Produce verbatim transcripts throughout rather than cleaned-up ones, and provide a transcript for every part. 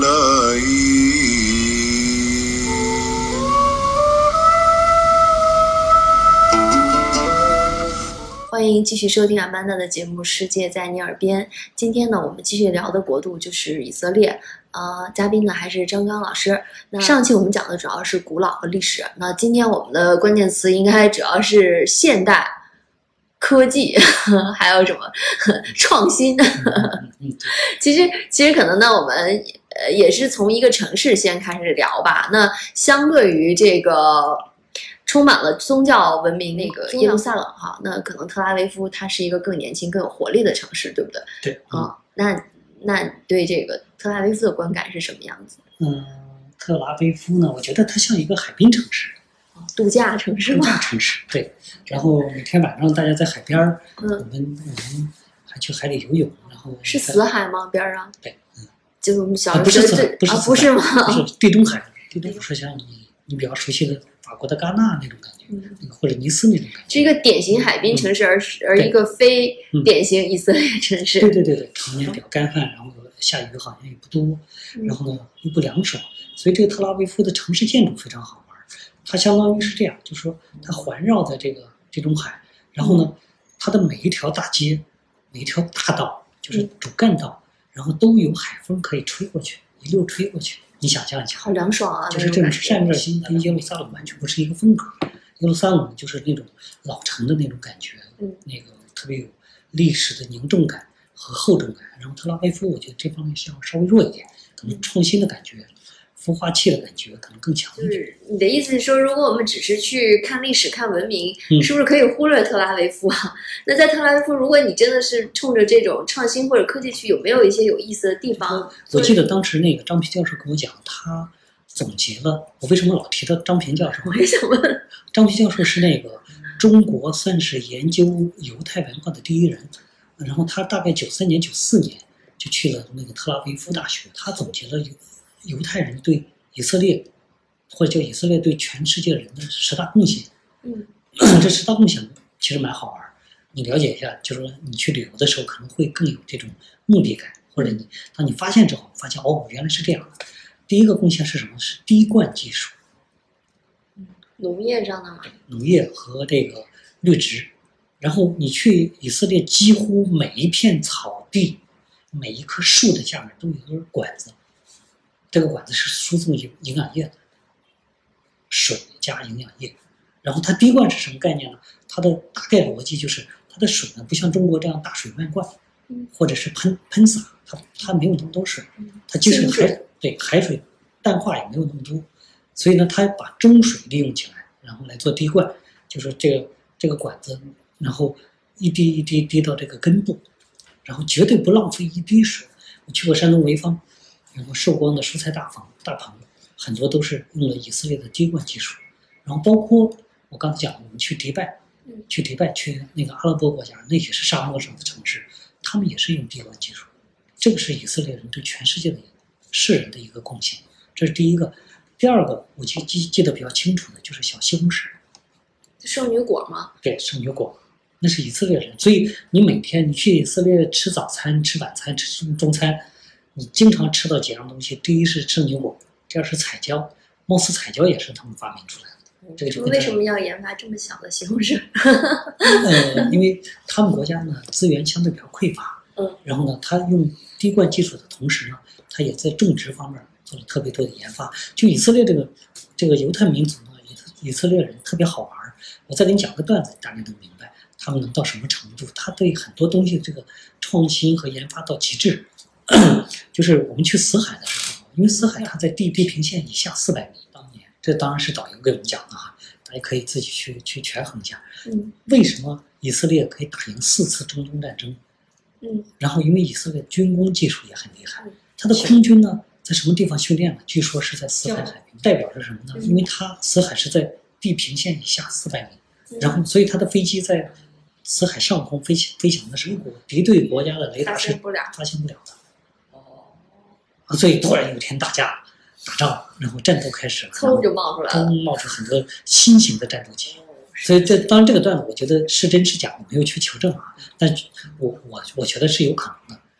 欢迎继续收听阿曼达的节目《世界在你耳边》。今天呢，我们继续聊的国度就是以色列。呃，嘉宾呢还是张刚老师。那上期我们讲的主要是古老和历史，那今天我们的关键词应该主要是现代、科技，还有什么创新。其实，其实可能呢，我们呃也是从一个城市先开始聊吧。那相对于这个充满了宗教文明那个耶路撒冷哈，那可能特拉维夫它是一个更年轻、更有活力的城市，对不对？ 对啊、嗯，那那你对这个特拉维夫的观感是什么样子？ 嗯，特拉维夫呢，我觉得它像一个海滨城市， 度假城市吗？ 度假城市，对。然后每天晚上大家在海边儿， 嗯， 我们我们还去海里游泳，然后是死海吗？边上？ 对，嗯， 就是我们小啊、不是死海，不是啊， 死海， 不是吗？ 不是地中海，地中海是像你你比较熟悉的法国的戛纳那种感觉，嗯，或者尼斯那种感觉， 是一个典型海滨城市，而、嗯、而一个非典型以色列城市。 对对对对，常年比较干旱，然后下雨好像也不多，然后呢又不凉爽，所以这个特拉维夫的城市建筑非常好玩。它相当于是这样，就是说它环绕在这个地中海，然后呢，它的每一条大街、每一条大道，就是主干道，然后都有海风可以吹过去，一路吹过去。你想象一下， 好凉爽啊！ 就是这种散热性跟耶路撒冷完全不是一个风格。耶路撒冷就是那种老城的那种感觉， 嗯， 那个特别有历史的凝重感和厚重感。然后特拉维夫，我觉得这方面是要稍微弱一点，可能创新的感觉、孵化器的感觉可能更强一点。 就是你的意思是说，如果我们只是去看历史、看文明， 嗯、 是不是可以忽略特拉维夫啊？那在特拉维夫，如果你真的是冲着这种创新或者科技去，有没有一些有意思的地方？ 我记得当时那个张平教授跟我讲，他总结了我为什么老提到张平教授。 我也想问， 张平教授是那个中国算是研究犹太文化的第一人，然后他大概九三年、九四年就去了那个特拉维夫大学，他总结了犹犹太人对以色列，或者叫以色列对全世界人的十大贡献。 嗯， 这十大贡献其实蛮好玩，你了解一下，就是说你去旅游的时候可能会更有这种目的感，或者你当你发现之后，发现哦，原来是这样的。第一个贡献是什么？是滴灌技术。 农业上的吗？ 农业和这个绿植。然后你去以色列，几乎每一片草地、每一棵树的下面都有一根管子，这个管子是输送营营养液的，水加营养液。然后它滴灌是什么概念呢？它的大概逻辑就是它的水呢不像中国这样大水漫灌，或者是喷喷洒，它它没有那么多水，它即使海对海水淡化也没有那么多，所以呢，它把中水利用起来，然后来做滴灌，就是这个这个管子，然后一滴一滴滴到这个根部，然后绝对不浪费一滴水。我去过山东潍坊，然后寿光的蔬菜大棚大棚，很多都是用了以色列的滴灌技术，然后包括我刚才讲，我们去迪拜，去迪拜去那个阿拉伯国家，那也是沙漠上的城市，他们也是用滴灌技术。这个是以色列人对全世界的世人的一个贡献，这是第一个。第二个，我记记记得比较清楚的就是小西红柿， 圣女果吗？ 对，圣女果，那是以色列人。所以你每天你去以色列吃早餐、吃晚餐、吃中餐，你经常吃到几样东西。第一是圣女果，第二是彩椒，貌似彩椒也是他们发明出来的。这个就为什么要研发这么小的西红柿？ 呃，因为他们国家呢资源相对比较匮乏， 嗯， 然后呢，他用滴灌技术的同时呢，他也在种植方面做了特别多的研发。就以色列这个这个犹太民族呢，以色列人特别好玩。我再给你讲个段子，大家能明白他们能到什么程度。他对很多东西这个创新和研发到极致。就是我们去死海的时候，因为死海它在地地平线以下四百米，当年这当然是导游给我们讲的哈，大家可以自己去去权衡一下。 嗯， 为什么以色列可以打赢四次中东战争？ 嗯， 然后因为以色列军工技术也很厉害，它的空军呢在什么地方训练呢？据说是在死海海平，代表着什么呢？因为它死海是在地平线以下四百米，然后所以它的飞机在死海上空飞飞翔的时候，敌对国家的雷达是发现不了的。哦，所以突然有一天打架打仗，然后战斗开始了， 突就冒出来了， 突冒出很多新型的战斗机。所以这当然这个段子我觉得是真是假，我没有去求证啊，但我我我觉得是有可能的。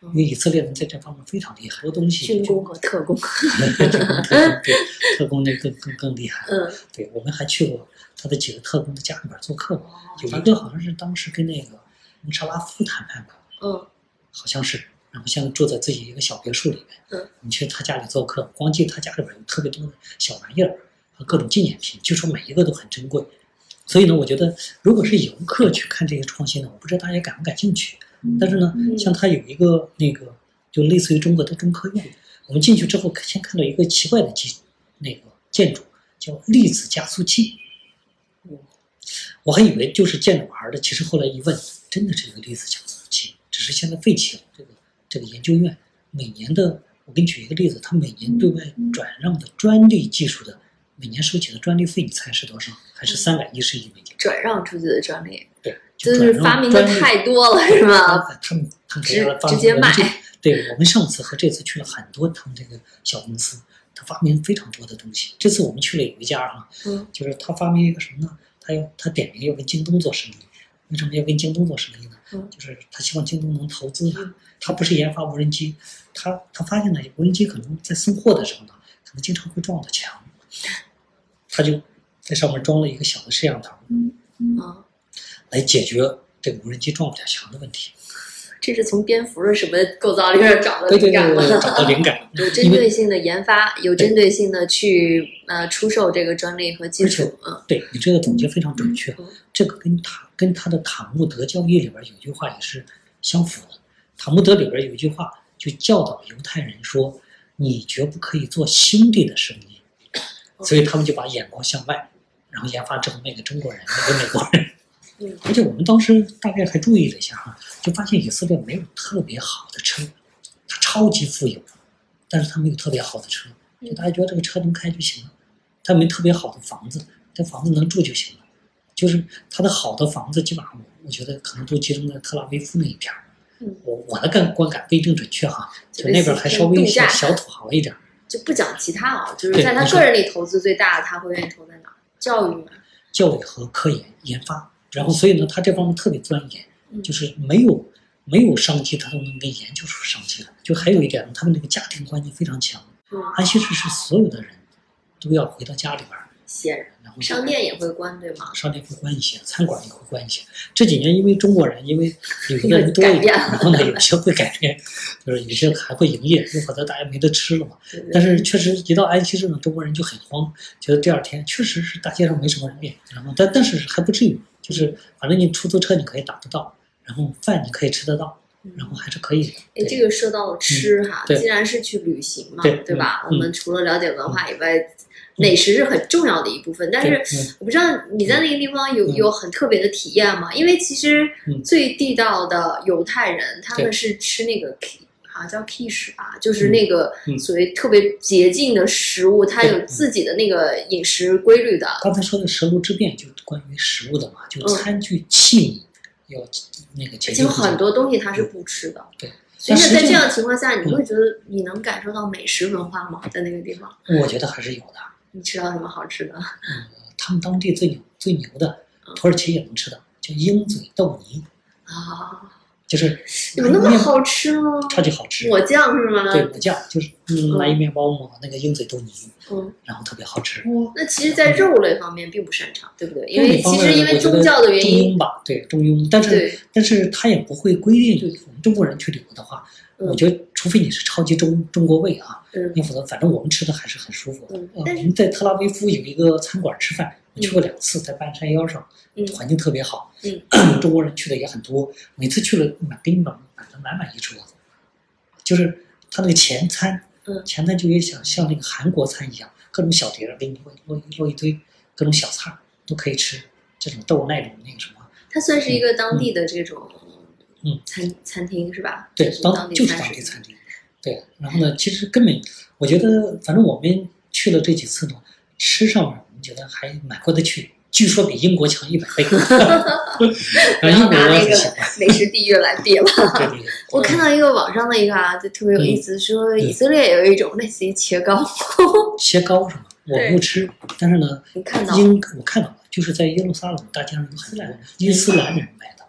因为以色列人在这方面非常厉害，很多东西军工和特工， 军工特工对特工那更更更厉害。 嗯， 对，我们还去过他的几个特工的家里边做客，哦、有一个好像是当时跟那个穆沙拉夫谈判过， 嗯， 好像是。然后现在住在自己一个小别墅里面， 嗯， 你去他家里做客，光进他家里边有特别多的小玩意儿和各种纪念品，据说每一个都很珍贵。所以呢，我觉得如果是游客去看这些创新呢，我不知道大家感不感兴趣。但是呢，像它有一个那个，就类似于中国的中科院，我们进去之后先看到一个奇怪的基那个建筑，叫粒子加速器。我还以为就是建着玩的，其实后来一问，真的是一个粒子加速器，只是现在废弃了。这个这个研究院每年的，我给你举一个例子，它每年对外转让的专利技术的每年收取的专利费，你猜是多少？还是三百一十亿美金？ 转让出去的专利， 对， 真是发明的太多了，是吧？ 他们他们直直接卖。 对，我们上次和这次去了很多他们这个小公司，他发明非常多的东西。这次我们去了有一家哈， 嗯， 就是他发明一个什么呢？他要他点名要跟京东做生意，为什么要跟京东做生意呢？ 嗯， 就是他希望京东能投资他。他不是研发无人机，他他发现呢，无人机可能在送货的时候呢，可能经常会撞到墙，他就在上面装了一个小的摄像头， 嗯嗯， 来解决这个无人机撞不了墙的问题。 这是从蝙蝠的什么构造里面找到灵感吗？ 对对对，找到灵感， 有针对性的研发，有针对性的去呃出售这个专利和技术。嗯， 对你这个总结非常准确。 嗯、 这个跟塔跟他的塔木德教义里边有句话也是相符的。塔木德里边有一句话，就教导犹太人说：“你绝不可以做兄弟的生意。”所以他们就把眼光向外，然后研发之后卖给中国人，卖给美国人。 嗯， 而且我们当时大概还注意了一下哈，就发现以色列没有特别好的车，它超级富有，但是它没有特别好的车，就大家觉得这个车能开就行了。它没特别好的房子，这房子能住就行了。就是它的好的房子，基本上我觉得可能都集中在特拉维夫那一片。 嗯， 我我的感观感不一定准确哈，就那边还稍微小小土豪一点。 就不讲其他啊，就是在他个人里投资最大的，他会愿意投在哪？教育、 教育和科研研发。然后，所以呢，他这方面特别钻研，就是没有没有商机，他都能给研究出商机来。就还有一点，他们那个家庭观念非常强。 嗯， 安息日是所有的人都要回到家里边歇着，然后商店也会关，对吗？ 商店会关一些，餐馆也会关一些。这几年因为中国人，因为旅游的人多一点，然后呢，有些会改变，就是有些还会营业，否则大家没得吃了嘛。 对对， 但是确实一到安息日呢，中国人就很慌，觉得第二天确实是大街上没什么人面，然后但但是还不至于。就是反正你出租车你可以打得到，然后饭你可以吃得到，然后还是可以的。 哎，这个说到了吃哈， 嗯、 既然是去旅行嘛， 对, 对吧、 嗯？ 我们除了了解文化以外，嗯、美食是很重要的一部分。但是我不知道你在那个地方有、嗯、有很特别的体验吗？因为其实最地道的犹太人、嗯、他们是吃那个。啊，叫 quiche 吧，就是那个所谓特别洁净的食物，嗯、它有自己的那个饮食规律的。 刚才说的食物之变就关于食物的嘛，就餐具器皿要那个洁净。 有很多东西它是不吃的。 对。 所以在这样的情况下，你会觉得你能感受到美食文化吗？在那个地方？ 我觉得还是有的。 你吃到什么好吃的？ 嗯，他们当地最牛最牛的，土耳其也能吃的，叫鹰嘴豆泥。 啊。 就是有那么好吃吗？ 超级好吃， 抹酱是吗？ 对，抹酱就是嗯，拿一面包抹那个鹰嘴豆泥， 嗯， 然后特别好吃。 那其实，在肉类方面并不擅长，对不对？因为其实因为宗教的原因， 中庸吧，对中庸。但是但是他也不会规定，我们中国人去旅游的话，我觉得除非你是超级中中国胃啊， 嗯， 你否则反正我们吃的还是很舒服的。 嗯， 我们在特拉维夫有一个餐馆吃饭，我去过两次，在半山腰上， 嗯， 环境特别好， 嗯， 中国人去的也很多，每次去了满给你满满的满满一桌子，就是他那个前餐， 嗯， 前餐就也像像那个韩国餐一样，各种小碟儿给你摞摞摞一堆，各种小菜都可以吃，这种豆那种那个什么， 它算是一个当地的这种嗯餐餐厅是吧？ 对，当就是当地餐厅，对，然后呢，其实根本我觉得，反正我们去了这几次呢，吃上面我们觉得还蛮过得去。据说比英国强一百倍， 然后拿那个美食地狱来比了。 对对对， 我看到一个网上的一个啊，就特别有意思，说以色列有一种类似于茄糕。 茄糕是吗？我不吃，但是呢， 你看到英我看到了，就是在耶路撒冷大街上有很多伊斯兰人卖的，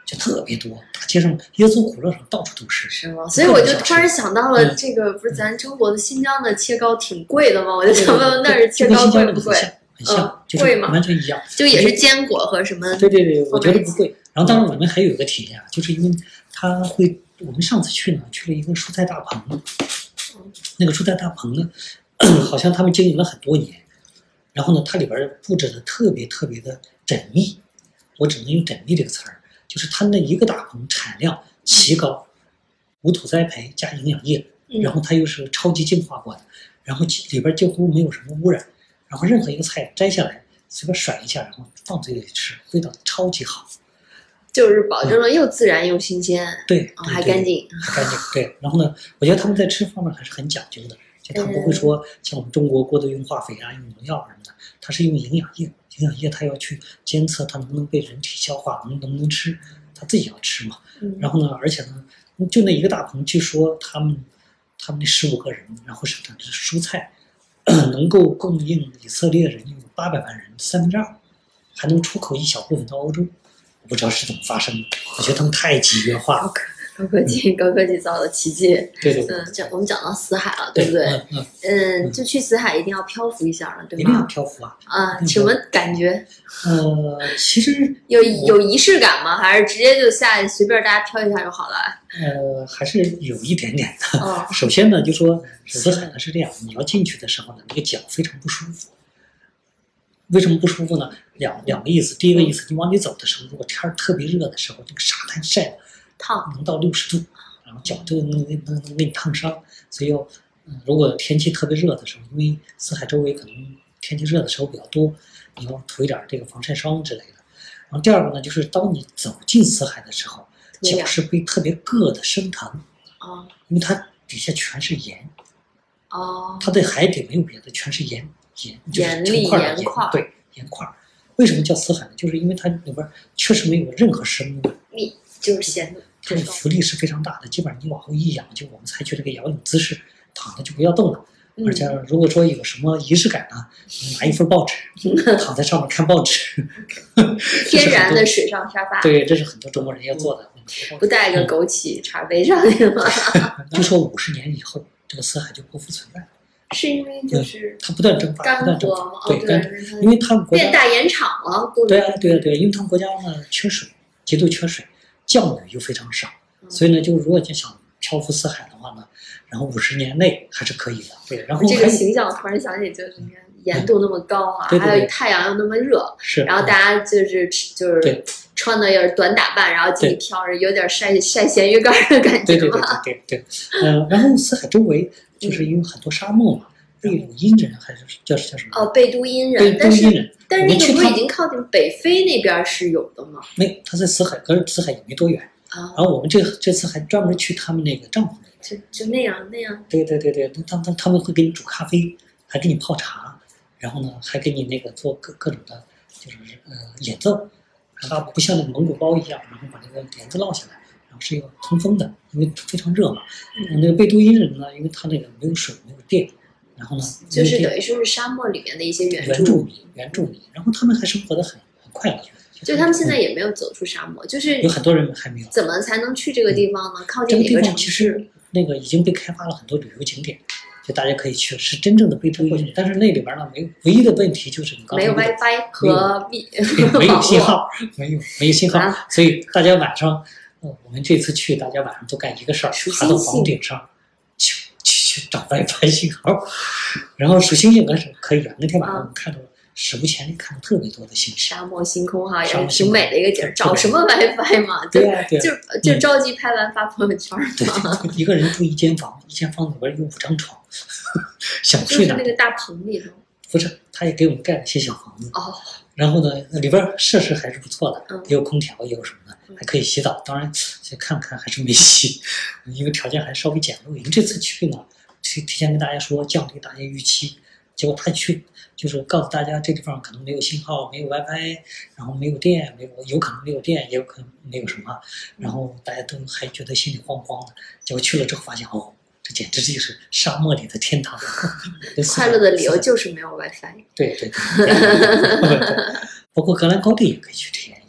就特别多，大街上椰子苦乐上到处都是。 是吗？所以我就突然想到了，这个不是咱中国的新疆的切糕挺贵的吗？我就想问问那儿切糕贵不贵？ 很像，就是完全一样， 就也是坚果和什么？ 对对对，我觉得不贵。然后当然我们还有一个体验，就是因为它会，我们上次去呢，去了一个蔬菜大棚，那个蔬菜大棚呢，好像他们经营了很多年，然后呢，它里边布置的特别特别的缜密，我只能用缜密这个词儿，就是它那一个大棚产量奇高，无土栽培加营养液，然后它又是超级净化过的，然后里边几乎没有什么污染。然后任何一个菜摘下来，随便甩一下，然后放嘴里吃，味道超级好， 就是保证了又自然又新鲜， 嗯、对, 对, 对， 还干净， 还干净。对，然后呢，我觉得他们在吃方面还是很讲究的，就他不会说像我们中国过度用化肥啊、用农药什么的，他是用营养液，营养液他要去监测它能不能被人体消化，能能不能吃，他自己要吃嘛。 嗯、 然后呢，而且呢，就那一个大棚，据说他们他们那十五个人，然后生产的蔬菜。能够供应以色列人有八百万人三分之二，还能出口一小部分到欧洲，我不知道是怎么发生的。我觉得他们太集约化了， 高科技，高科技造的奇迹。 对对对， 嗯，讲我们讲到死海了，对不对？ 嗯嗯, 嗯，就去死海一定要漂浮一下了，对吗？ 一定要漂浮啊！ 啊，什么感觉？ 呃，其实有有仪式感吗？还是直接就下去随便大家漂一下就好了？ 呃，还是有一点点的。 哦、 首先呢，就说死海呢是这样，你要进去的时候呢，那个脚非常不舒服。为什么不舒服呢？两两个意思。第一个意思，你往里走的时候，如果天儿特别热的时候，那个沙滩晒烫， 能到六十度，然后脚就能能能能给你烫伤。所以要，嗯，如果天气特别热的时候，因为死海周围可能天气热的时候比较多，你要涂一点这个防晒霜之类的。然后第二个呢，就是当你走进死海的时候，脚是被特别硌的生疼， 哦， 因为它底下全是盐， 哦， 它的海底没有别的，全是盐盐， 盐就是成块的盐块， 对，盐块。为什么叫死海呢？就是因为它里边确实没有任何生物， 密就是咸的， 它的浮力是非常大的，基本上你往后一仰，就我们采取这个仰泳姿势，躺着就不要动了。而且如果说有什么仪式感呢，拿一份报纸，躺在上面看报纸， 天然的水上沙发。 对，这是很多中国人要做的。 不带个枸杞茶杯上去吗？ 就说五十年以后，这个死海就不复存在了。 是因为就是它不断蒸发， 干不断蒸发， 涸吗？ 对， 对， 干，因为他们国家变大盐场了。 对啊，对啊，对啊，因为他们国家呢缺水，极度缺水，降雨又非常少，所以呢，就如果就想漂浮死海的话呢，然后五十年内还是可以的。对，然后这个形象突然想起，就是你看盐度那么高啊， 对对对， 还有太阳又那么热， 是， 然后大家就是就是穿的有点短打扮，然后进去漂着，有点晒晒咸鱼干的感觉。 对对对对对对，呃，然后死海周围就是因为很多沙漠嘛，贝鲁因人还是叫叫什么？ 哦，贝都因人， 贝都因人， 但是但是那个不是已经靠近北非那边是有的吗？ 没有，他在死海，可是死海也没多远。 啊， 然后我们这这次还专门去他们那个帐篷里， 就就那样那样。 对对对对，他他他们会给你煮咖啡，还给你泡茶，然后呢还给你那个做各各种的，就是呃演奏。它不像那个蒙古包一样，然后把那个帘子落下来，然后是要通风的，因为非常热嘛。嗯，那个贝都因人呢，因为他那个没有水，没有电，然后呢， 就是等于说是沙漠里面的一些原住民，原住民，然后他们还生活得很很快乐。 就他们现在也没有走出沙漠，就是有很多人还没有。 怎么才能去这个地方呢？靠近哪个城市？ 其实那个已经被开发了很多旅游景点。就大家可以去，是真正的贝都因人，但是那里边呢，没有唯一的问题就是你刚才没有 WiFi 和没有信号，没有没有信号，啊、所以大家晚上，呃，我们这次去，大家晚上都干一个事儿，爬到房顶上去去去找 WiFi 信号，然后数星星那是可以啊。那天晚上我们看到史无前例，看到特别多的星星， 沙漠星空哈，也是挺美的一个景儿。找什么 WiFi 嘛？ 对啊，对啊， 就就着急拍完发朋友圈嘛。 对，一个人住一间房，一间房里边有五张床。想睡就是那个大棚里头， 不是，他也给我们盖了一些小房子哦。 然后呢，里边设施还是不错的， 嗯、 也有空调，也有什么的，还可以洗澡。当然，先看看还是没洗，因为条件还稍微简陋。因为这次去呢，提提前跟大家说降低大家预期，结果他去就是告诉大家这地方可能没有信号，没有 WiFi， 然后没有电，没有有可能没有电，也有可能没有什么，然后大家都还觉得心里慌慌的。结果去了之后发现哦。这简直就是沙漠里的天堂。 快乐的理由就是没有 WiFi。 对对对，对，包括格兰高地也可以去体验一下。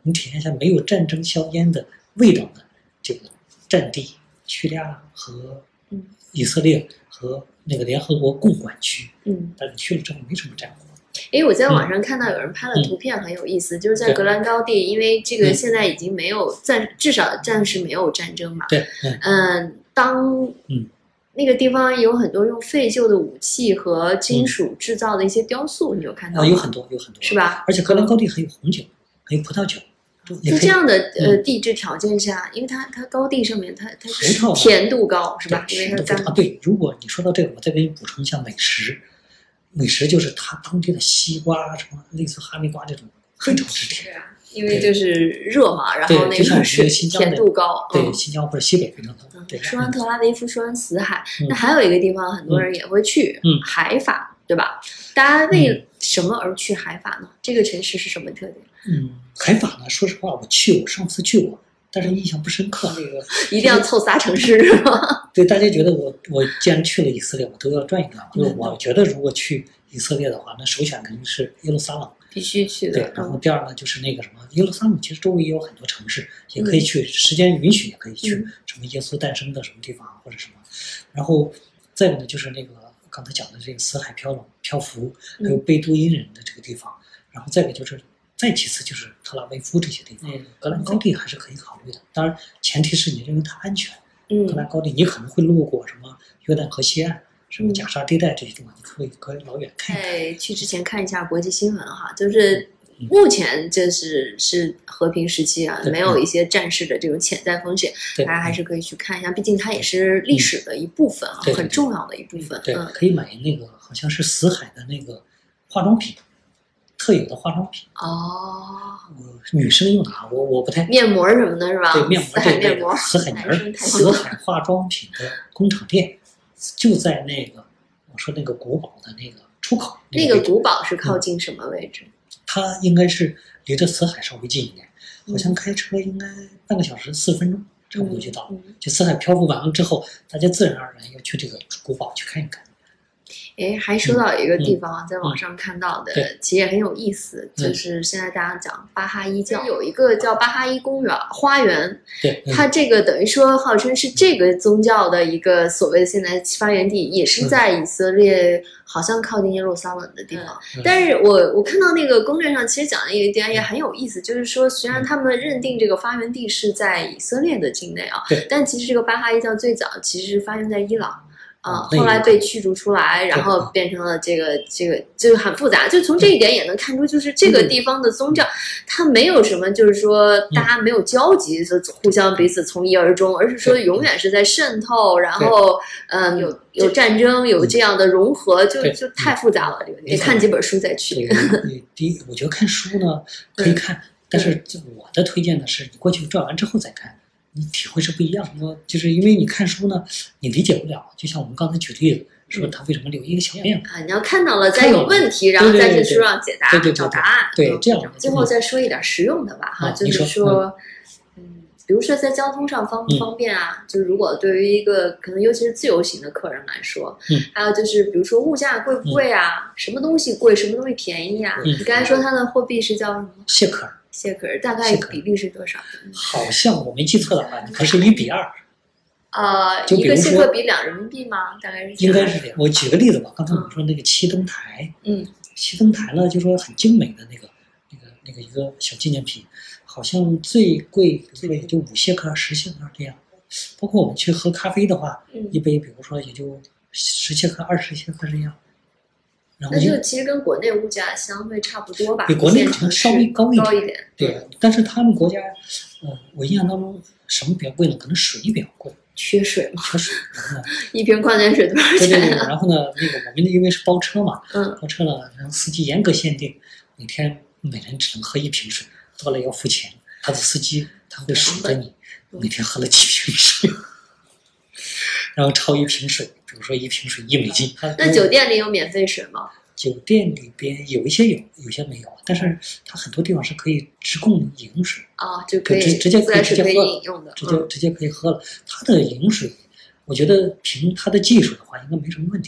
你体验一下没有战争硝烟的味道的这个战地，叙利亚和以色列和那个联合国共管区， 嗯， 但你去了之后没什么战火。 诶，我在网上看到有人拍了图片，很有意思，嗯、就是在格兰高地，因为这个现在已经没有暂，至少暂时没有战争嘛。 对， 嗯，呃、当嗯那个地方有很多用废旧的武器和金属制造的一些雕塑，嗯、你有看到吗？ 啊，有很多，有很多， 是吧？ 而且格兰高地还有红酒，还有葡萄酒。 在这样的呃地质条件下，因为它它高地上面它它甜度高是吧？因为它干啊。对，如果你说到这个，我再给你补充一下美食。美食就是它当地的西瓜，什么类似哈密瓜这种非常之甜。 啊，因为就是热嘛，然后那个是甜度高。 对，新疆或者西北非常高。对， 说完特拉维夫，说完死海，那还有一个地方很多人也会去， 嗯， 海法，对吧？大家为什么而去海法呢？这个城市是什么特点？ 嗯，海法呢，说实话，我去过，上次去过，但是印象不深刻。那个一定要凑仨城市是吗？ 对，大家觉得我我既然去了以色列，我都要转一转。因为我觉得如果去以色列的话，那首选肯定是耶路撒冷， 必须去的。 对，然后第二呢，就是那个什么耶路撒冷，其实周围也有很多城市，也可以去，嗯、时间允许也可以去，嗯、什么耶稣诞生的什么地方或者什么。然后再有呢，就是那个刚才讲的这个死海漂流漂浮，还有贝都因人的这个地方。嗯、然后再一个就是。再其次就是特拉维夫这些地方，嗯、格兰高地还是可以考虑的。当然，前提是你认为它安全。 嗯， 格兰高地你可能会路过什么约旦河西岸、什么加沙地带这些地方，你可以可以老远看一看。 在去之前看一下国际新闻哈，就是目前这是是和平时期啊，没有一些战事的这种潜在风险，大家还是可以去看一下，毕竟它也是历史的一部分啊， 嗯、 很重要的一部分。 对，嗯、可以买那个好像是死海的那个化妆品。特有的化妆品哦， 女生用的啊，我我不太面膜什么的是吧？ 对，面膜， 死海面膜， 死海泥，死海化妆品的工厂店就在那个我说那个古堡的那个出口。 那个古堡是靠近什么位置？ 嗯、它应该是离着死海稍微近一点，好像开车应该半个小时四十分钟，差不多就到了。 嗯嗯、 就死海漂浮完了之后，大家自然而然要去这个古堡去看一看。 哎，还说到一个地方啊， 嗯、 在网上看到的， 嗯、 其实也很有意思，嗯、就是现在大家讲巴哈伊教，有一个叫巴哈伊公园花园， 对，嗯、 它这个等于说号称是这个宗教的一个所谓的现在发源地，也是在以色列，好像靠近耶路撒冷的地方。 嗯、 但是我我看到那个攻略上，其实讲的一点也很有意思，就是说虽然他们认定这个发源地是在以色列的境内啊，但其实这个巴哈伊教最早其实是发源在伊朗。啊、嗯，后来被驱逐出来，然后变成了这个这个，就是很复杂。就从这一点也能看出，就是这个地方的宗教，它没有什么，就是说大家没有交集，就互相彼此从一而终，而是说永远是在渗透，然后嗯，有有战争，有这样的融合，就就太复杂了。这个得看几本书再去。 第一，我觉得看书呢可以看，但是我的推荐呢是你过去转完之后再看。你体会是不一样的，就是因为你看书呢，你理解不了。就像我们刚才举例子说，他为什么留一个小变啊？你要看到了，再有问题，然后再去书上解答， 对对对找答案。 对，这样。 最后再说一点实用的吧，哈，就是说，嗯，比如说在交通上方不方便啊？就是如果对于一个可能尤其是自由行的客人来说， 嗯， 还有就是比如说物价贵不贵啊？什么东西贵，什么东西便宜啊？你刚才说它的货币是叫什么？ 谢克尔。 谢克尔大概比例是多少？ 好像我没记错的话，可是一比二。 呃，一个谢克比两人民币吗？大概是应该是这样。我举个例子吧，刚才我们说那个七灯台， 嗯， 七灯台呢，就说很精美的那个那个那个一个小纪念品，好像最贵最贵也就五谢克尔、十谢克尔这样。包括我们去喝咖啡的话， 嗯、 一杯比如说也就十谢克、二十谢克这样。 那就其实跟国内物价相对差不多吧， 比国内可能稍微高一点。 高一点， 对。但是他们国家，呃，我印象当中什么比较贵呢？可能水比较贵。 缺水嘛？ 缺水。 一瓶矿泉水多少钱、啊？ 对对对。然后呢，那个我们因为是包车嘛， 嗯， 包车呢，然后司机严格限定，每天每人只能喝一瓶水，多了要付钱。他的司机他会数着你每天喝了几瓶水。然后超一瓶水，比如说一瓶水一美金。 那酒店里有免费水吗？ 酒店里边有一些有，有些没有，但是它很多地方是可以直供饮水啊、哦，就可以直直接可以直接喝， 饮用的， 直接、嗯、直接可以喝了。它的饮水，我觉得凭它的技术的话，应该没什么问题。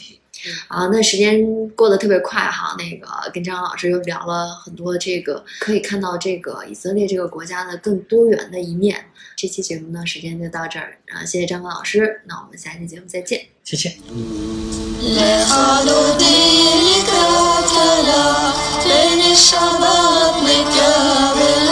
啊，那时间过得特别快哈，那个跟张老师又聊了很多，这个可以看到这个以色列这个国家的更多元的一面。这期节目呢，时间就到这儿啊，谢谢张刚老师，那我们下期节目再见， 谢谢。 بين الشعبات نتقابل